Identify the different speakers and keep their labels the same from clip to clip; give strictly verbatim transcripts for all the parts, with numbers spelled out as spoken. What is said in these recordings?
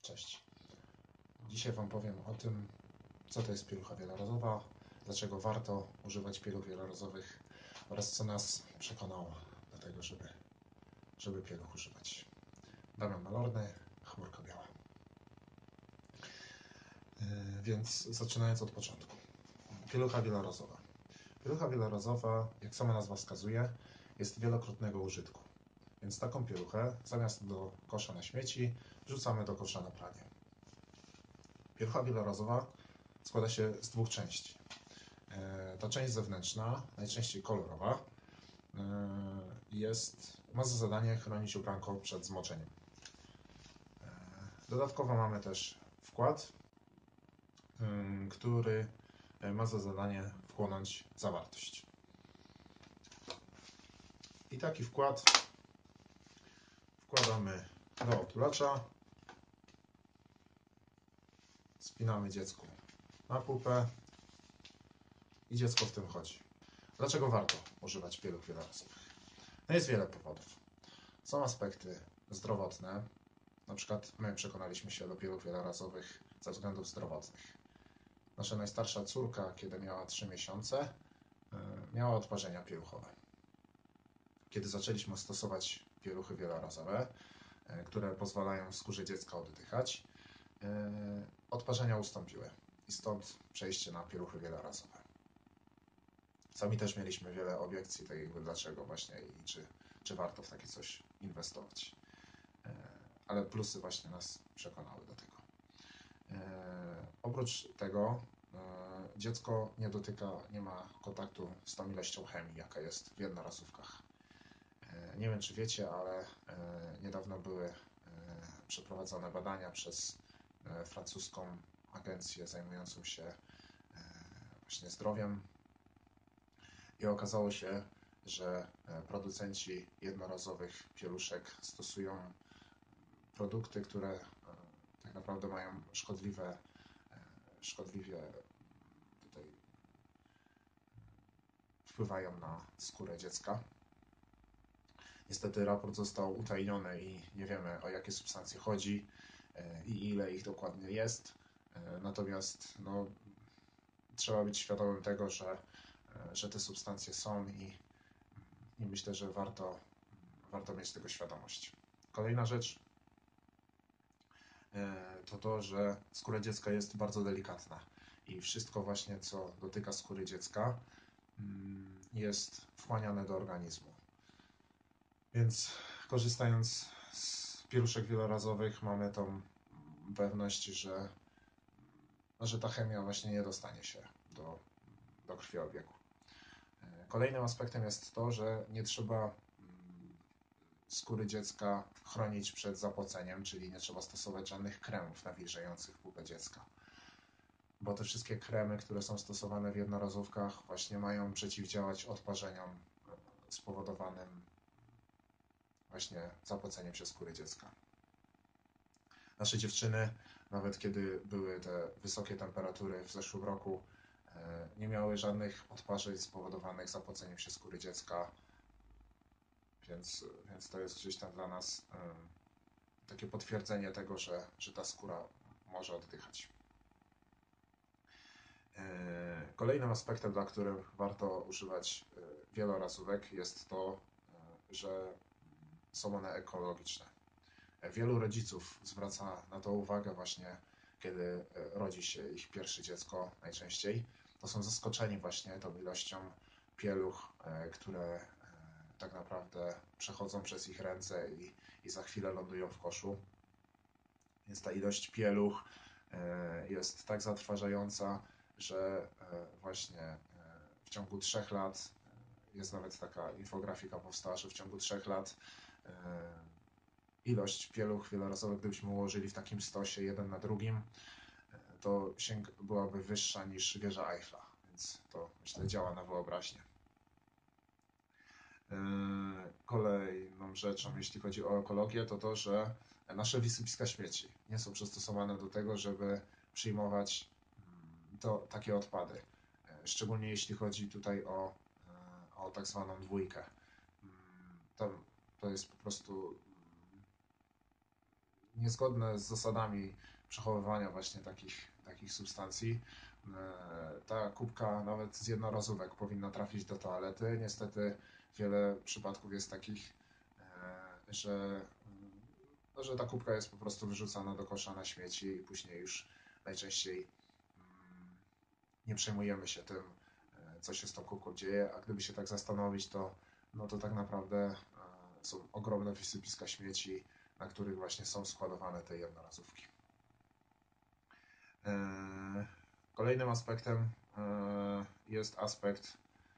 Speaker 1: Cześć. Dzisiaj Wam powiem o tym, co to jest pielucha wielorazowa, dlaczego warto używać pieluch wielorazowych oraz co nas przekonało do tego, żeby, żeby pieluch używać. Damian Malorny, Chmurka Biała. Yy, więc zaczynając od początku. Pielucha wielorazowa. Pielucha wielorazowa, jak sama nazwa wskazuje, jest wielokrotnego użytku. Więc taką pieluchę zamiast do kosza na śmieci wrzucamy do kosza na pranie. Pielucha wielorazowa składa się z dwóch części. Ta część zewnętrzna, najczęściej kolorowa, jest, ma za zadanie chronić ubranko przed zmoczeniem. Dodatkowo mamy też wkład, który ma za zadanie wchłonąć zawartość. I taki wkład wkładamy do otulacza, spinamy dziecku na pupę i dziecko w tym chodzi. Dlaczego warto używać pieluch wielorazowych? No jest wiele powodów. Są aspekty zdrowotne. Na przykład my przekonaliśmy się do pieluch wielorazowych ze względów zdrowotnych. Nasza najstarsza córka, kiedy miała trzy miesiące, miała odparzenia pieluchowe. Kiedy zaczęliśmy stosować pieluchy wielorazowe, które pozwalają skórze dziecka oddychać, odparzenia ustąpiły i stąd przejście na pieluchy wielorazowe. Sami też mieliśmy wiele obiekcji, tak jakby dlaczego właśnie i czy, czy warto w takie coś inwestować. Ale plusy właśnie nas przekonały do tego. Oprócz tego dziecko nie dotyka, nie ma kontaktu z tą ilością chemii, jaka jest w jednorazówkach. Nie wiem, czy wiecie, ale niedawno były przeprowadzone badania przez francuską agencję zajmującą się właśnie zdrowiem i okazało się, że producenci jednorazowych pieluszek stosują produkty, które tak naprawdę mają szkodliwe, szkodliwie tutaj wpływają na skórę dziecka. Niestety raport został utajniony i nie wiemy, o jakie substancje chodzi i ile ich dokładnie jest. Natomiast no, trzeba być świadomym tego, że, że te substancje są i, i myślę, że warto, warto mieć tego świadomość. Kolejna rzecz to to, że skóra dziecka jest bardzo delikatna i wszystko właśnie, co dotyka skóry dziecka, jest wchłaniane do organizmu. Więc korzystając z pieluszek wielorazowych mamy tą pewność, że, że ta chemia właśnie nie dostanie się do, do krwiobiegu. Kolejnym aspektem jest to, że nie trzeba skóry dziecka chronić przed zapoceniem, czyli nie trzeba stosować żadnych kremów nawilżających pupę dziecka. Bo te wszystkie kremy, które są stosowane w jednorazówkach, właśnie mają przeciwdziałać odparzeniom spowodowanym właśnie zapoceniem się skóry dziecka. Nasze dziewczyny, nawet kiedy były te wysokie temperatury w zeszłym roku, nie miały żadnych odparzeń spowodowanych zapoceniem się skóry dziecka, więc, więc to jest gdzieś tam dla nas um, takie potwierdzenie tego, że, że ta skóra może oddychać. Kolejnym aspektem, dla których warto używać wielorazówek, jest to, że są one ekologiczne. Wielu rodziców zwraca na to uwagę właśnie, kiedy rodzi się ich pierwsze dziecko najczęściej. To są zaskoczeni właśnie tą ilością pieluch, które tak naprawdę przechodzą przez ich ręce i, i za chwilę lądują w koszu. Więc ta ilość pieluch jest tak zatrważająca, że właśnie w ciągu trzech lat, jest nawet taka infografika powstała, że w ciągu trzech lat ilość pieluch wielorazowych, gdybyśmy ułożyli w takim stosie jeden na drugim, to sięg byłaby wyższa niż wieża Eiffla, więc to myślę działa na wyobraźnię. Kolejną rzeczą, jeśli chodzi o ekologię, to to, że nasze wysypiska śmieci nie są przystosowane do tego, żeby przyjmować to, takie odpady. Szczególnie jeśli chodzi tutaj o, o tak zwaną dwójkę. To, to jest po prostu niezgodne z zasadami przechowywania właśnie takich, takich substancji. Ta kubka nawet z jednorazówek powinna trafić do toalety. Niestety wiele przypadków jest takich, że, no, że ta kubka jest po prostu wyrzucana do kosza na śmieci i później już najczęściej nie przejmujemy się tym, co się z tą kubką dzieje, a gdyby się tak zastanowić, to, no to tak naprawdę są ogromne wysypiska śmieci, na których właśnie są składowane te jednorazówki. Kolejnym aspektem jest aspekt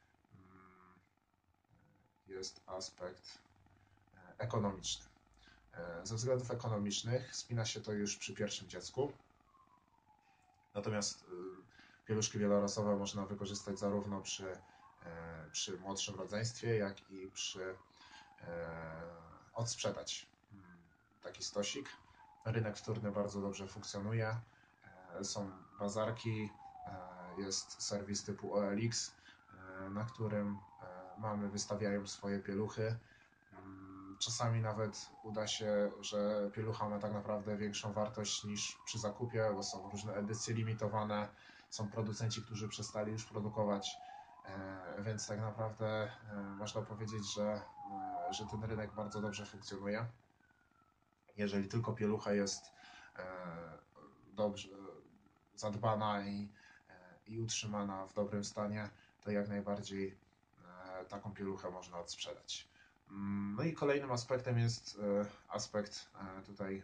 Speaker 1: jest aspekt ekonomiczny. Ze względów ekonomicznych spina się to już przy pierwszym dziecku. Natomiast pieluszki wielorazowe można wykorzystać zarówno przy, przy młodszym rodzeństwie, jak i przy odsprzedać taki stosik. Rynek wtórny bardzo dobrze funkcjonuje. Są bazarki, jest serwis typu O L X, na którym mamy, wystawiają swoje pieluchy. Czasami nawet uda się, że pielucha ma tak naprawdę większą wartość niż przy zakupie, bo są różne edycje limitowane, są producenci, którzy przestali już produkować, więc tak naprawdę można powiedzieć, że, że ten rynek bardzo dobrze funkcjonuje. Jeżeli tylko pielucha jest dobrze zadbana i, i utrzymana w dobrym stanie, to jak najbardziej taką pieluchę można odsprzedać. No i kolejnym aspektem jest aspekt tutaj,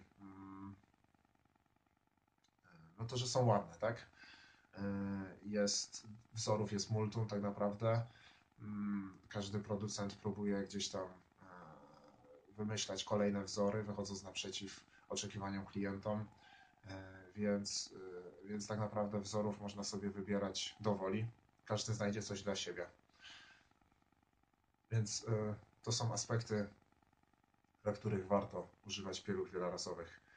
Speaker 1: no to, że są ładne, tak? Jest, wzorów jest multum tak naprawdę. Każdy producent próbuje gdzieś tam wymyślać kolejne wzory, wychodząc naprzeciw oczekiwaniom klientom, więc, więc tak naprawdę wzorów można sobie wybierać dowoli. Każdy znajdzie coś dla siebie. Więc to są aspekty, dla których warto używać pieluch wielorazowych